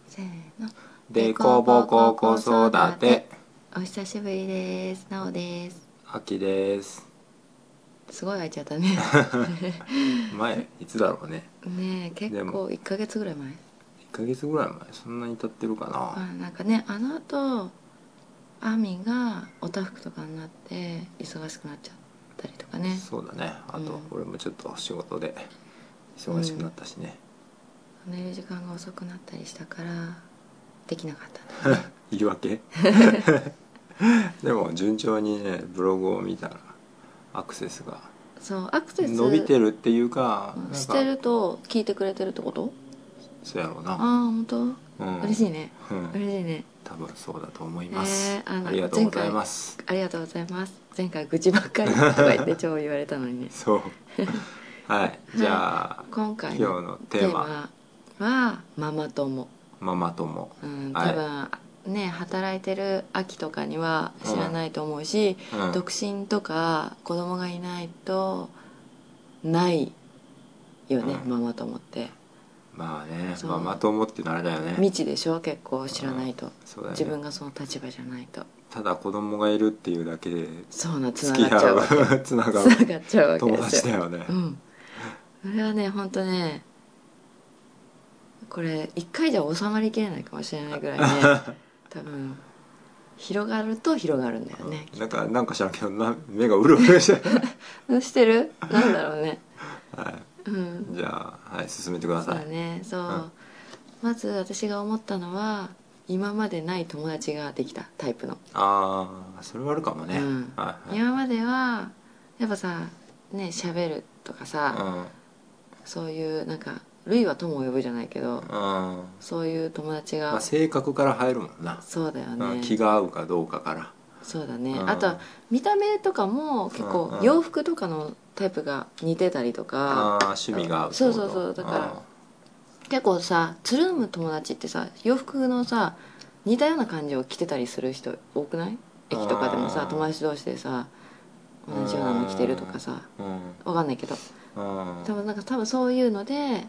せーの。 でこぼこ子育て。 お久しぶりです。なおです。 あきです。 すごい空いちゃったね前いつだろうね。 ねえ、結構1ヶ月ぐらい前。 1ヶ月ぐらい前、そんなに経ってるかな。 なんかね、あの後アミがおたふくとかになって忙しくなっちゃったりとかね。 そうだね。あと、俺もちょっと仕事で忙しくなったしね、 寝る時間が遅くなったりしたからできなかったんだよね言い訳でも順調にね、ブログを見たらアクセスがそうアクセス伸びてるっていうか、なんかしてると聞いてくれてるってこと？ そうやろうな。 ああ、本当、嬉しいね、嬉しいね。 多分そうだと思います、ありがとう前ござい回ます。 ありがとうございます。前回愚痴ばっかりとか言って超言われたのにねそうはいじゃあ、 今回今日のテーマはママ友。 ママ友、 多分ね、働いてる秋とかには知らないと思うし、独身とか子供がいないとないよね、ママ友って。 まあね、ママ友っていうのはあれだよね、 未知でしょ、結構知らないと、 そうだよね、 自分がその立場じゃないと。 ただ子供がいるっていうだけでそうな、つな付きがっちゃうわけ合うつながつながっちゃうわる友けですよ。 達だよね。 それはね、本当ね、これ一回じゃ収まりきれないかもしれないぐらいね多分広がると広がるんだよね、 なんか知らんけど目がうるうるしてるしてる、なんだろうねはい、じゃあ、はい、進めてください。 そうだね、そう、まず私が思ったのは、今までない友達ができたタイプの。 ああ、それはあるかもね、 今まではやっぱさね、喋るとかさ、そういうなんか類は友を呼ぶじゃないけど、そういう友達が、 性格から入るもんな。 そうだよね、 気が合うかどうかから。 そうだね、あとは見た目とかも結構洋服とかのタイプが似てたりとか、 趣味が合うってそこと。 うそうそう、だから結構さ、つるむ友達ってさ、洋服のさ似たような感じを着てたりする人多くない？駅とかでもさ、友達同士でさ同じようなの着てるとかさ、わかんないけど、多分そういうので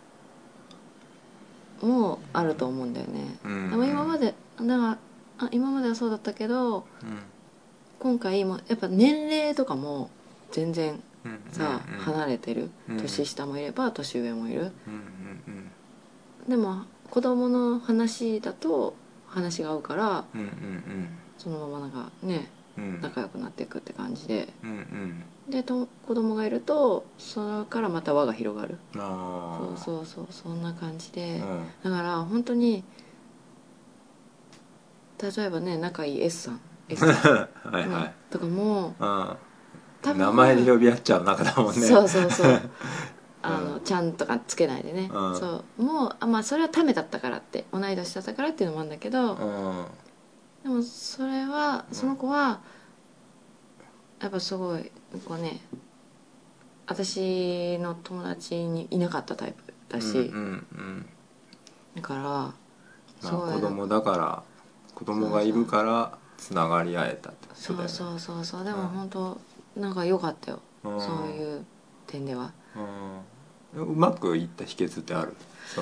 もうあると思うんだよね。でも今まで今まではそうだったけど、今回もやっぱ年齢とかも全然さ、離れてる、年下もいれば年上もいる、でも子供の話だと話が合うから、そのままなんかね、仲良くなっていくって感じで、で子供がいるとそれからまた輪が広がる。そうそんな感じで、だから本当に例えばね、仲いい S さんはいはい、とかも多分名前で呼び合っちゃう仲だもんね。 そうちゃんとかつけないでね、そうもうまあそれはためだったからって、同い年だったからっていうのもあるんだけど、でもそれはその子はやっぱすごいこうね、私の友達にいなかったタイプだし、だからすごい、 子供だから子供がいるからつながり合えたってことだよね。 そうでも本当なんか良かったよ、そういう点では。 うまくいった秘訣ってある？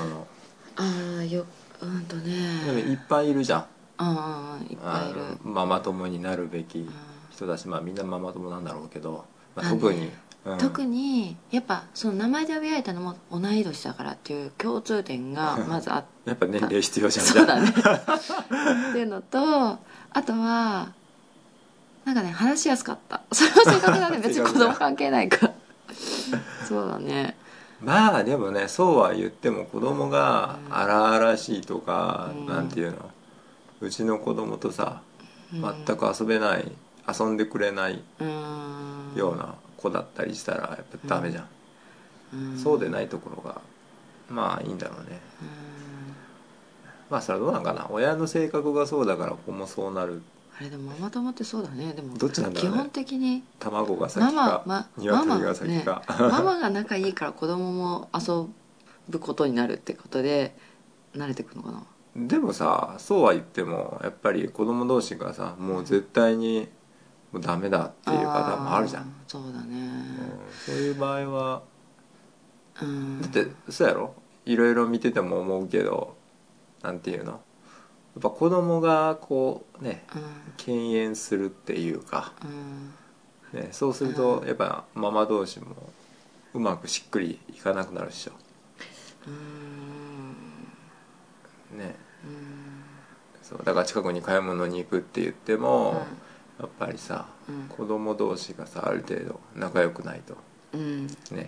でもいっぱいいるじゃん。 いっぱいいる。 ママ友になるべき人だし、みんなママ友なんだろうけど、 特にやっぱその名前で呼び合えたのも同い年だからっていう共通点がまずあったやっぱ年齢必要じゃん。 そうだねっていうのと、あとはなんかね、話しやすかった。それは正確だね別に子供関係ないからそうだね。 まあでもね、そうは言っても子供が荒々しいとか、なんていうの、うちの子供とさ全く遊べない、遊んでくれないような子だったりしたらやっぱダメじゃん。そうでないところがまあいいんだろうね。まあそれはどうなんかな、親の性格がそうだから子もそうなる。 あれでもママ友ってそうだね。でもどっちなんだろうね、 基本的に卵が先か鶏が先か、 ママが仲いいから子供も遊ぶことになるってことで慣れてくるのかな。 でもさ、そうは言ってもやっぱり子供同士がさ、もう絶対にもうダメだっていうパターンもあるじゃん。 そうだね、 そういう場合は、だってそうやろ、いろいろ見てても思うけど、 なんていうの、やっぱ子供がこうね敬遠するっていうか、ね、そうするとやっぱママ同士もうまくしっくりいかなくなるでしょ。ね、そうだから近くに買い物に行くって言っても、やっぱりさ、子供同士がさある程度仲良くないと、ね、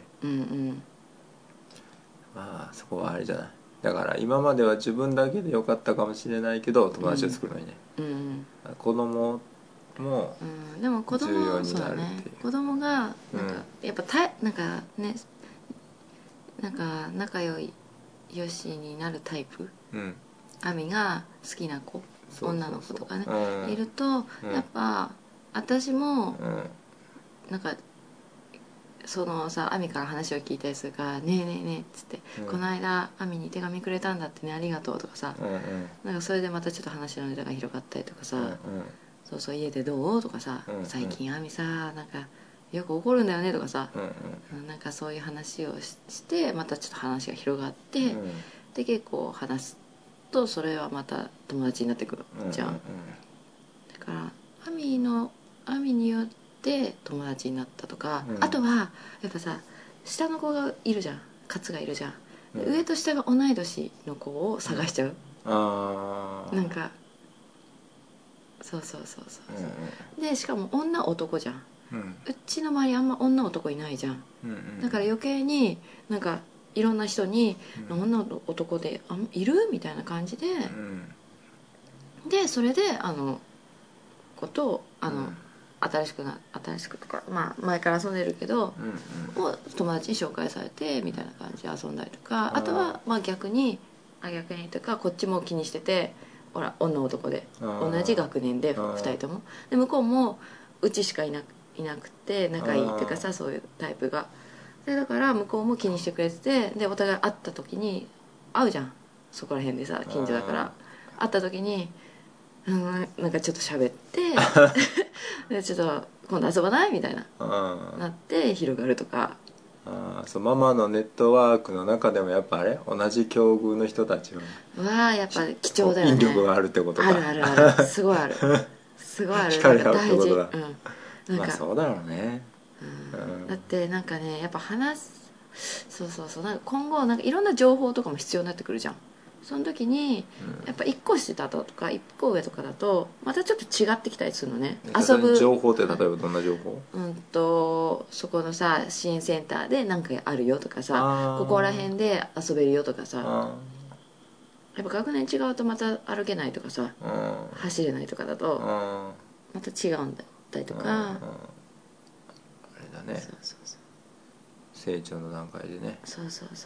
まあそこはあれじゃない。だから今までは自分だけでよかったかもしれないけど友達を作るのにね、子供もでも子供重要にそうだなるっていうね、子供がなんか、やっぱなんかね、なんか仲良いよしになるタイプ、亜美が好きな子、女の子とかね、いるとやっぱ私もなんかそのさ、亜美から話を聞いたりするから「ねえねえねえ」っつって「この間亜美に手紙くれたんだってね、ありがとう」とかさ、なんかそれでまたちょっと話のネタが広がったりとかさ、そうそう家でどうとかさ、最近亜美さなんかよく怒るんだよねとかさ、なんかそういう話をしてまたちょっと話が広がって、で結構話すとそれはまた友達になってくるじゃん。だから亜美によって友達になったとか、あとはやっぱさ下の子がいるじゃん、カツがいるじゃん、上と下が同い年の子を探しちゃう、なんかそうでしかも女男じゃん、うちの周りあんま女男いないじゃん、だから余計になんかいろんな人に「女男でいる?」みたいな感じで、でそれでことを新しくとか、まあ前から遊んでるけど、を友達に紹介されてみたいな感じで遊んだりとか、あとはまあ逆にとかこっちも気にしてて、ほら女男で同じ学年で2人ともで、向こうもうちしかいなくて仲いいっていうかさ、そういうタイプがで、だから向こうも気にしてくれてて、でお互い会った時に会うじゃん、そこら辺でさ、近所だから会った時になんかちょっと喋ってでちょっと今度遊ばないみたいななって広がるとか。 そうママのネットワークの中でもやっぱあれ同じ境遇の人たちはやっぱ貴重だよね。 引力があるってことか。 あるすごいあるすごいある。 惹かれ合うってことだ。 なんかまあそうだろうね。 だってなんかねやっぱそうなんか今後なんかいろんな情報とかも必要になってくるじゃん。その時にやっぱ1個下とか1個上とかだとまたちょっと違ってきたりするのね。 遊ぶ情報って例えばどんな情報？ そこのさ支援センターで何かあるよとかさ、ここら辺で遊べるよとかさ、やっぱ学年違うとまた歩けないとかさ、走れないとかだとまた違うんだったりとか、あれだね、成長の段階でね。 そう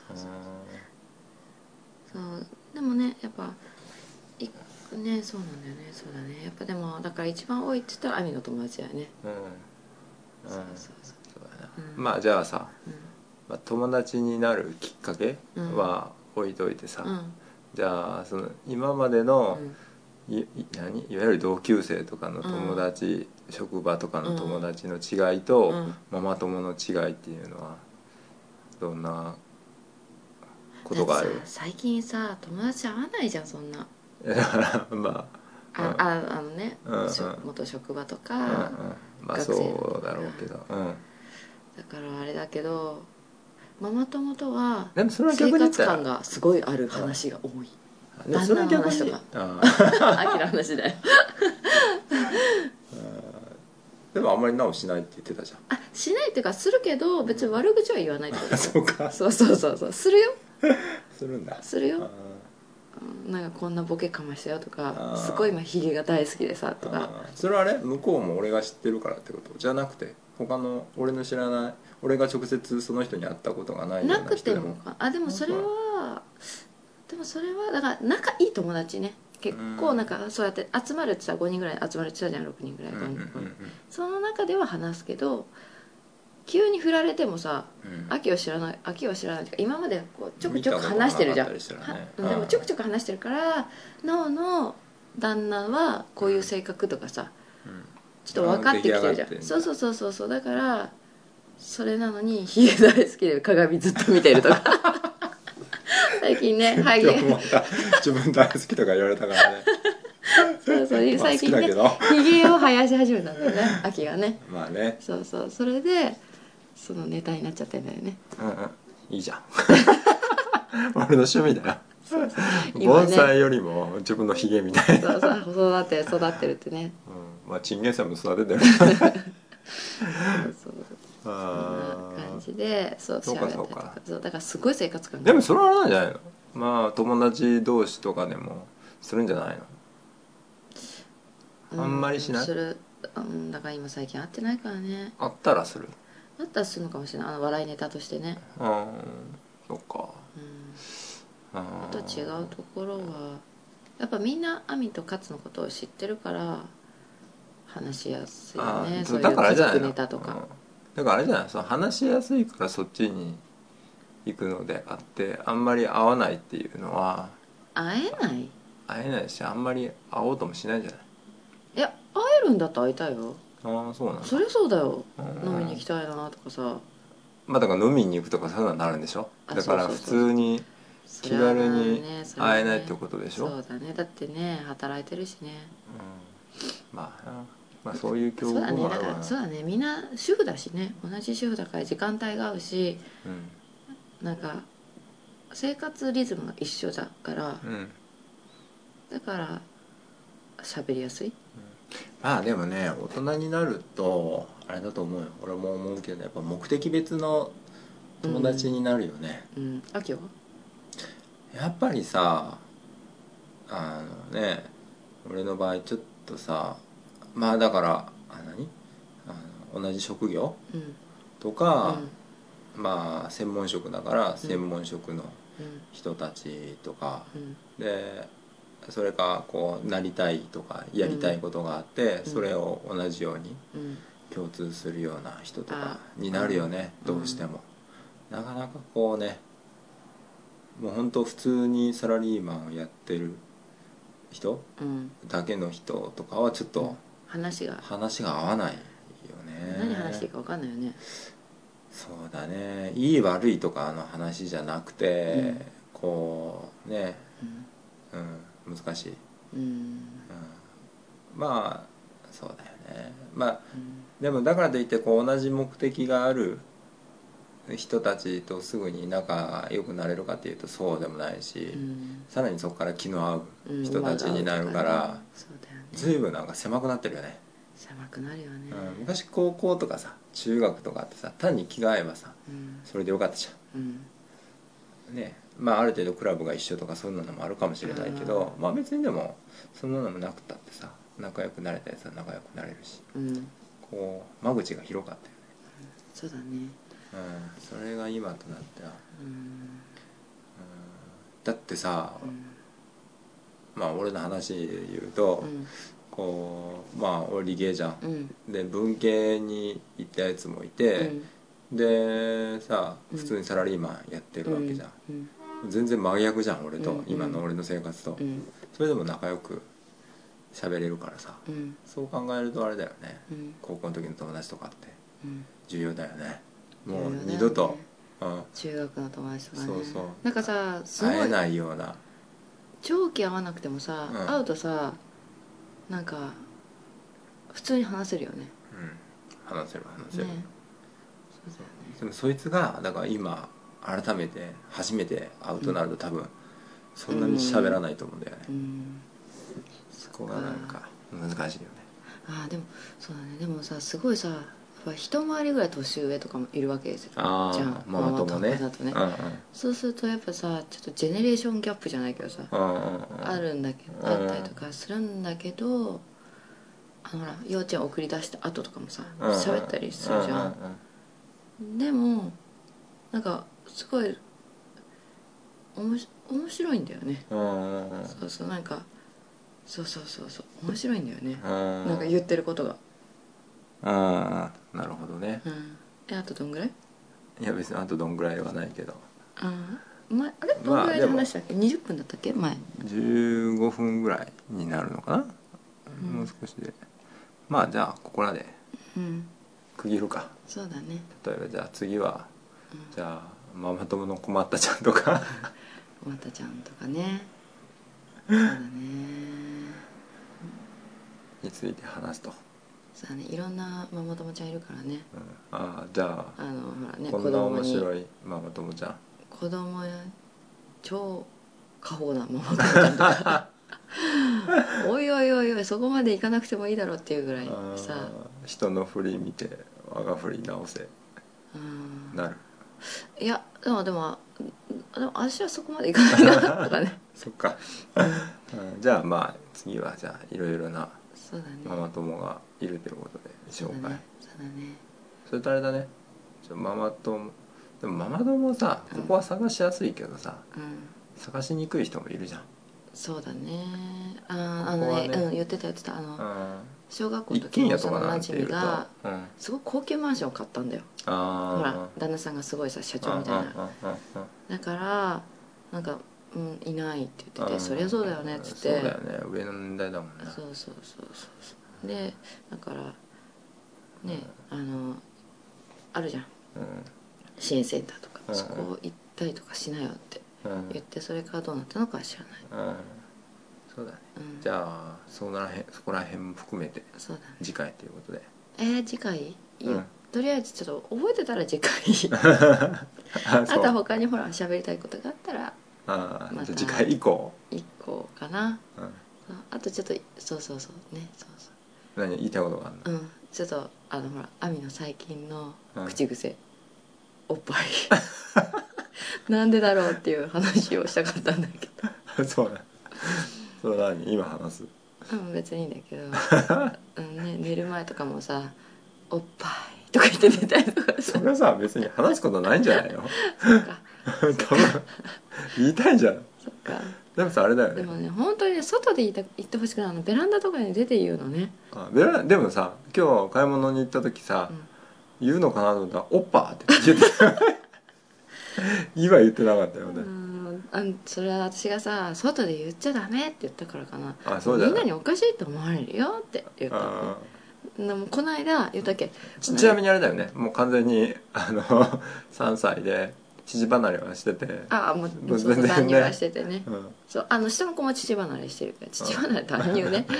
でもねやっぱね、そうなんだよね、そうだね、やっぱでもだから一番多いって言ったら亜美の友達だよね。 そうだな。まあじゃあさ、友達になるきっかけは置いといてさ、じゃあその今までのいわゆる同級生とかの友達、職場とかの友達の違いとママ友の違いっていうのはどんなことがある？ 最近さ友達会わないじゃんそんな。 だからまあね、元職場とか、 まあそうだろうけど、 だからあれだけどママ友とはでもそれは逆に言ったら生活感がすごいある話が多い。旦那の話とか秋の話だよでもあんまり直しないって言ってたじゃん。 しないっていうかするけど別に悪口は言わないってことそうか。 そうするよするんだ。 するよ。なんかこんなボケかましたよとか、すごい今ヒゲが大好きでさとか。 それはあれ向こうも俺が知ってるからってことじゃなくて、他の俺の知らない、俺が直接その人に会ったことがないような人でも。 なくてもか。でもそれはだから仲いい友達ね。結構なんかそうやって集まるってさ、5人ぐらい集まるって言ったじゃん、6人ぐらい、その中では話すけど、急に振られてもさ、秋を知らないっていうか、今までこうちょくちょく話してるじゃん。でもちょくちょく話してるからなおの旦那はこういう性格とかさ、ちょっと分かってきてるじゃん。そうだからそれなのにヒゲ大好きで鏡ずっと見てるとか最近ねハゲ今日もまた自分大好きとか言われたからねそうそう最近ねひげを生やし始めたんだよね秋がね。 まあね、 そうそうそれでそのネタになっちゃってんだよね。 うんうん、いいじゃん俺の趣味だよ。 そうそう盆栽よりも自分のヒゲみたいな。 そうそう育ってるってね、 うん、まあチンゲン菜も育ててるそうそうそんな感じでそうそうかそうか調べたりとかそうだからすごい生活感でもそれはあれなんじゃないの、まあ友達同士とかでもするんじゃないの、あんまりしないする、うん、だから今最近会ってないからね。 あったらする、 あったらするのかもしれない笑いネタとしてね。 うんそっか、 あと違うところはやっぱみんなアミとカツのことを知ってるから話しやすいよね。そういう家族ネタとか、 だからあれじゃない、その話しやすいからそっちに行くのであって、あんまり会わないっていうのは会えないし、あんまり会おうともしないんじゃない。 いや会えるんだったら会いたいよ。 ああそうなんだ。 そりゃそうだよ、飲みに行きたいなとかさ。 まあだから飲みに行くとかそういうのになるんでしょ。だから普通に気軽に会えないってことでしょ。 そうだね、だってね働いてるしね、 まあまあそういう境遇そうだね、 もあるわな。 だからそうだね、みんな主婦だしね、同じ主婦だから時間帯が合うし、なんか生活リズムが一緒だから、だから喋りやすい。 まあでもね、大人になるとあれだと思うよ、俺も思うけど、やっぱ目的別の友達になるよね。 秋はやっぱりさ、俺の場合ちょっとさ、まあだから同じ職業、とか、まあ専門職だから専門職の人たちとか、でそれかこうなりたいとかやりたいことがあって、それを同じように共通するような人とかになるよね、どうしても。なかなかこうね、もう本当普通にサラリーマンをやってる人だけの人とかはちょっと話が合わないよね。 何話していいか分かんないよね。 そうだね、いい悪いとかの話じゃなくて、こうね、難しい、まあそうだよね。まあ、でもだからといってこう同じ目的がある人たちとすぐに仲良くなれるかっていうとそうでもないし、さらにそこから気の合う人たちになるから、随分なんか狭くなってるよね。 狭くなるよね、 昔高校とかさ中学とかってさ、単に気が合えばさ、それでよかったじゃん、ね。まあある程度クラブが一緒とかそういうのもあるかもしれないけど、まあ別にでもそんなのもなくたってさ、仲良くなれたやつは仲良くなれるし、こう間口が広かったよね。 そうだね。 それが今となっては、だってさ、まあ俺の話で言うと、こうまあ俺理系じゃん、で文系に行ったやつもいて、でさ普通にサラリーマンやってるわけじゃん、全然真逆じゃん俺と、今の俺の生活と、それでも仲良く喋れるからさ、そう考えるとあれだよね、高校の時の友達とかって重要だよね。もう二度と、 中学の友達とかね、 そうなんかさすごい会えないような、 長期会わなくてもさ、会うとさなんか普通に話せるよね。 話せる、 ね、そうだよね。 でもそいつがだから今改めて初めて会うとなると、多分そんなに喋らないと思うんだよね、そこがなんか難しいよね。 でもそうだね。でもさすごいさ一回りぐらい年上とかもいるわけですよ。じゃんママ友ね。 だとね、そうするとやっぱさちょっとジェネレーションギャップじゃないけどさ、あるんだけど、あったりとかするんだけど、ほら幼稚園送り出した後とかもさ喋ったりするじゃん、でもなんかすごい面白いんだよね、そうなんかそう面白いんだよね、なんか言ってることが。 なるほどね。 あとどんぐらい？ いや別にあとどんぐらいはないけど、 あれどんぐらいで話したっけ、20分だったっけ前。 15分ぐらいになるのかな、もう少しで。まあじゃあここらで区切るか、 そうだね。 例えばじゃあ次は、じゃあママ友の困ったちゃんとかまたちゃんとかねそうだねについて話すと。 そうだね、いろんなママ友ちゃんいるからね、 ああじゃあ、 ほらね、 こんな面白いママ友ちゃん、 子供や超過保護なママ友ちゃんとかおいおいおいおいそこまでいかなくてもいいだろうっていうぐらいさ、 人の振り見て我が振り直せなる。 いやでも私はそこまでいかないなとかねそっか、じゃあまあ次はじゃあいろいろなそうだねママ友がいるということで紹介。 そうだねそれとあれだね、ママ友でもママ友さ、ここは探しやすいけどさ、探しにくい人もいるじゃん。 そうだね。言ってた小学校の時の幼なじみがすごく高級マンションを買ったんだよ。ほら旦那さんがすごいさ社長みたいな。だからなんかいないって言ってて、そりゃそうだよねっつって。 そうだよね、上の年代だもんね。 そうでだからねあるじゃん、支援センターとか、そこ行ったりとかしなよって言って、それからどうなったのかは知らない。 そうだね、じゃあそこら辺も含めて次回ということで。 次回いいよ、とりあえずちょっと覚えてたら次回あとは他にほら喋りたいことがあったらまた次回以降かな、あとちょっとそうね、 何言いたいことがあるの？ ちょっとほら亜美の最近の口癖、おっぱいなんでだろうっていう話をしたかったんだけどそうだ、それは何今話す？ 別にいいんだけど寝る前とかもさおっぱいとか言って寝たりとかさ、 それはさ別に話すことないんじゃないの？ そっか多分言いたいじゃん。 そっか。 でもさあれだよね、 でもね本当にね外で言ってほしくない、ベランダとかに出て言うのね。 でもさ今日買い物に行った時さ、言うのかなと思ったらおっぱって言ってた今言ってなかったよね。 それは私がさ外で言っちゃダメって言ったからかな。 そうだみんなにおかしいと思われるよって言ったの。でもこの間言ったっけ。 ちなみにあれだよね、もう完全に3歳で乳離れはしてて、 もう全然断乳はしててね、そう下の子も乳離れしてるから、乳離れ断乳ね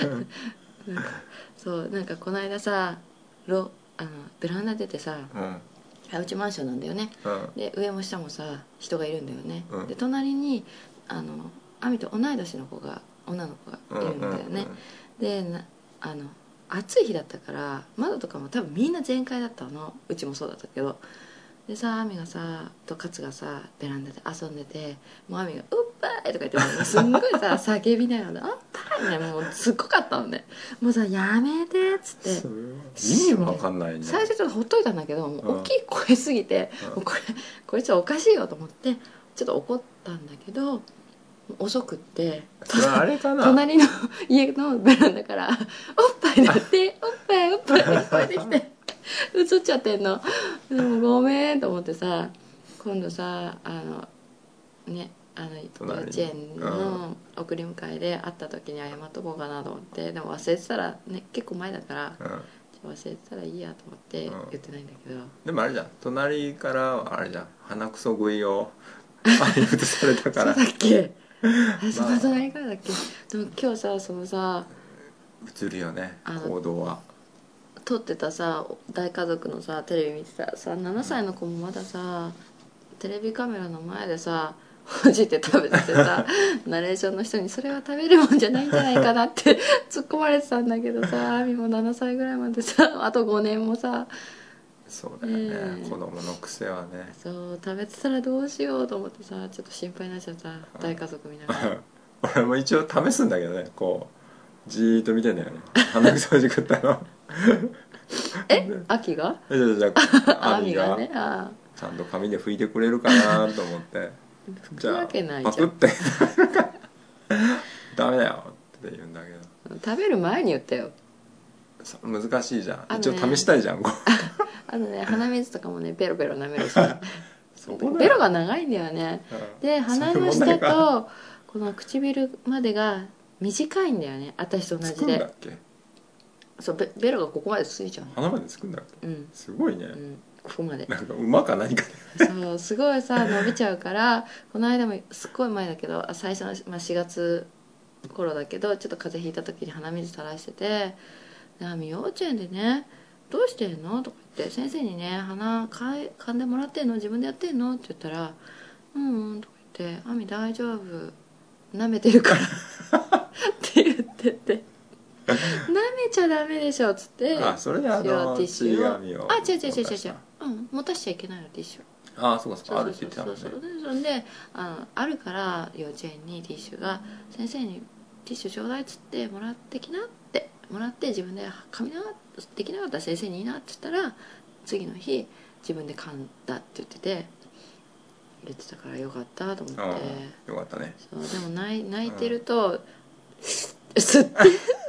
なんかこの間さベランダ出てさ、うちマンションなんだよね、で上も下もさ人がいるんだよね、で隣に亜美と同い年の女の子がいるんだよね、で暑い日だったから窓とかも多分みんな全開だったの、うちもそうだったけど。でさ亜美がさと勝がさベランダで遊んでて、もう亜美が「うっぱい!」とか言ってもすんごいさ叫びながら「うっぱい!」ね、もうすっごかったのね。もうさ「やめて」っつって意味も分かんないね。 最初ちょっとほっといたんだけど、もう大きい声すぎて、もうこいつはおかしいよと思ってちょっと怒ったんだけど、遅くってあれかな、 隣の家のベランダから「おっぱいだっておっぱいおっぱい」って聞こえてきて映っちゃってんの。でもごめんと思ってさ、今度さ幼稚園の送り迎えで会った時に謝っとこうかなと思って、でも忘れてたらね、結構前だから、忘れてたらいいやと思って言ってないんだけど、 でもあれじゃん、隣からあれじゃん、鼻くそ食いをアリウトされたからそうだっけその隣からだっけ。でも今日さ映るよね行動は。 撮ってたさ大家族のさテレビ見てたらさ、7歳の子もまださテレビカメラの前でさほじって食べててさナレーションの人に「それは食べるもんじゃないんじゃないかな」って突っ込まれてたんだけどさ、亜美も7歳ぐらいまでさあと5年もさ、 そうだよね、子供の癖はね。 そう食べてたらどうしようと思ってさ、ちょっと心配になっちゃった。大家族見ながら俺も一応試すんだけどね、こうじーっと見てんだよね、鼻くそじ食ったの秋がじゃ亜美がね、 ちゃんと紙で拭いてくれるかなと思って拭くわけないじゃん、 パクってダメだよって言うんだけど、 食べる前に言ったよ。 難しいじゃん、一応試したいじゃん鼻水とかもねペロペロ舐めるし、ベロが長いんだよね、で鼻の下とこの唇までが短いんだよね、私と同じで。つくんだっけ？そうベロがここまでついちゃう。 鼻までつくんだっけ？すごいね、 ここまでなんか馬か何かそうすごいさ伸びちゃうからこの間もすっごい前だけど最初の、4月頃だけどちょっと風邪ひいた時に鼻水垂らしてて「あみ幼稚園でねどうしてんの?」とか言って「先生にね鼻かんでもらってんの自分でやってんの?」って言ったら「うんうん」とか言って「あみ大丈夫舐めてるから」って言ってて「舐めちゃダメでしょ」っつってそれでティッシュを違う違う持たしちゃいけないのティッシュそうかあるって言ってたもんね。 そんであるから幼稚園にティッシュが先生にティッシュちょうだいっつってもらってきなってもらって自分でできなかったら先生にいいなって言ったら次の日自分で噛んだって言ってたからよかったと思ってよかったね。 そうでも泣いてると吸って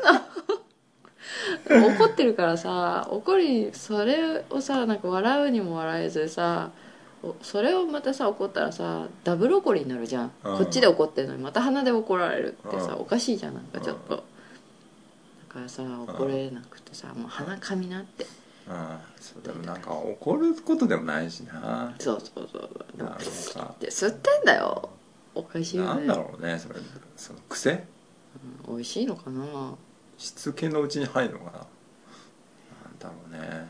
んの怒ってるからさそれをさなんか笑うにも笑えずさそれをまたさ怒ったらさダブル怒りになるじゃん、こっちで怒ってるのにまた鼻で怒られるってさおかしいじゃんなんかちょっと、だからさ怒れなくてさもう鼻かみなってそうでもなんか怒ることでもないしな。 そうでも吸ってんだよおかしいよね。 なんだろうねその癖、 美味しいのかなしつけのうちに入るのかな。なんだろうね。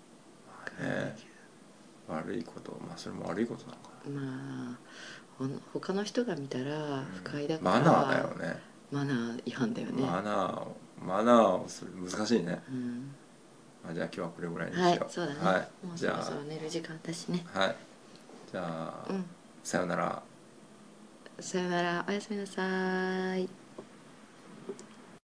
悪いことそれも悪いことなのかな。他の人が見たら不快だから、 マナーだよね。 マナー違反だよね。 マナーをする難しいね。じゃあ今日はこれぐらいにしよう。 はいそうだね、もうそろそろ寝る時間だしね。 はいじゃあ、さよなら。 さよならおやすみなさい。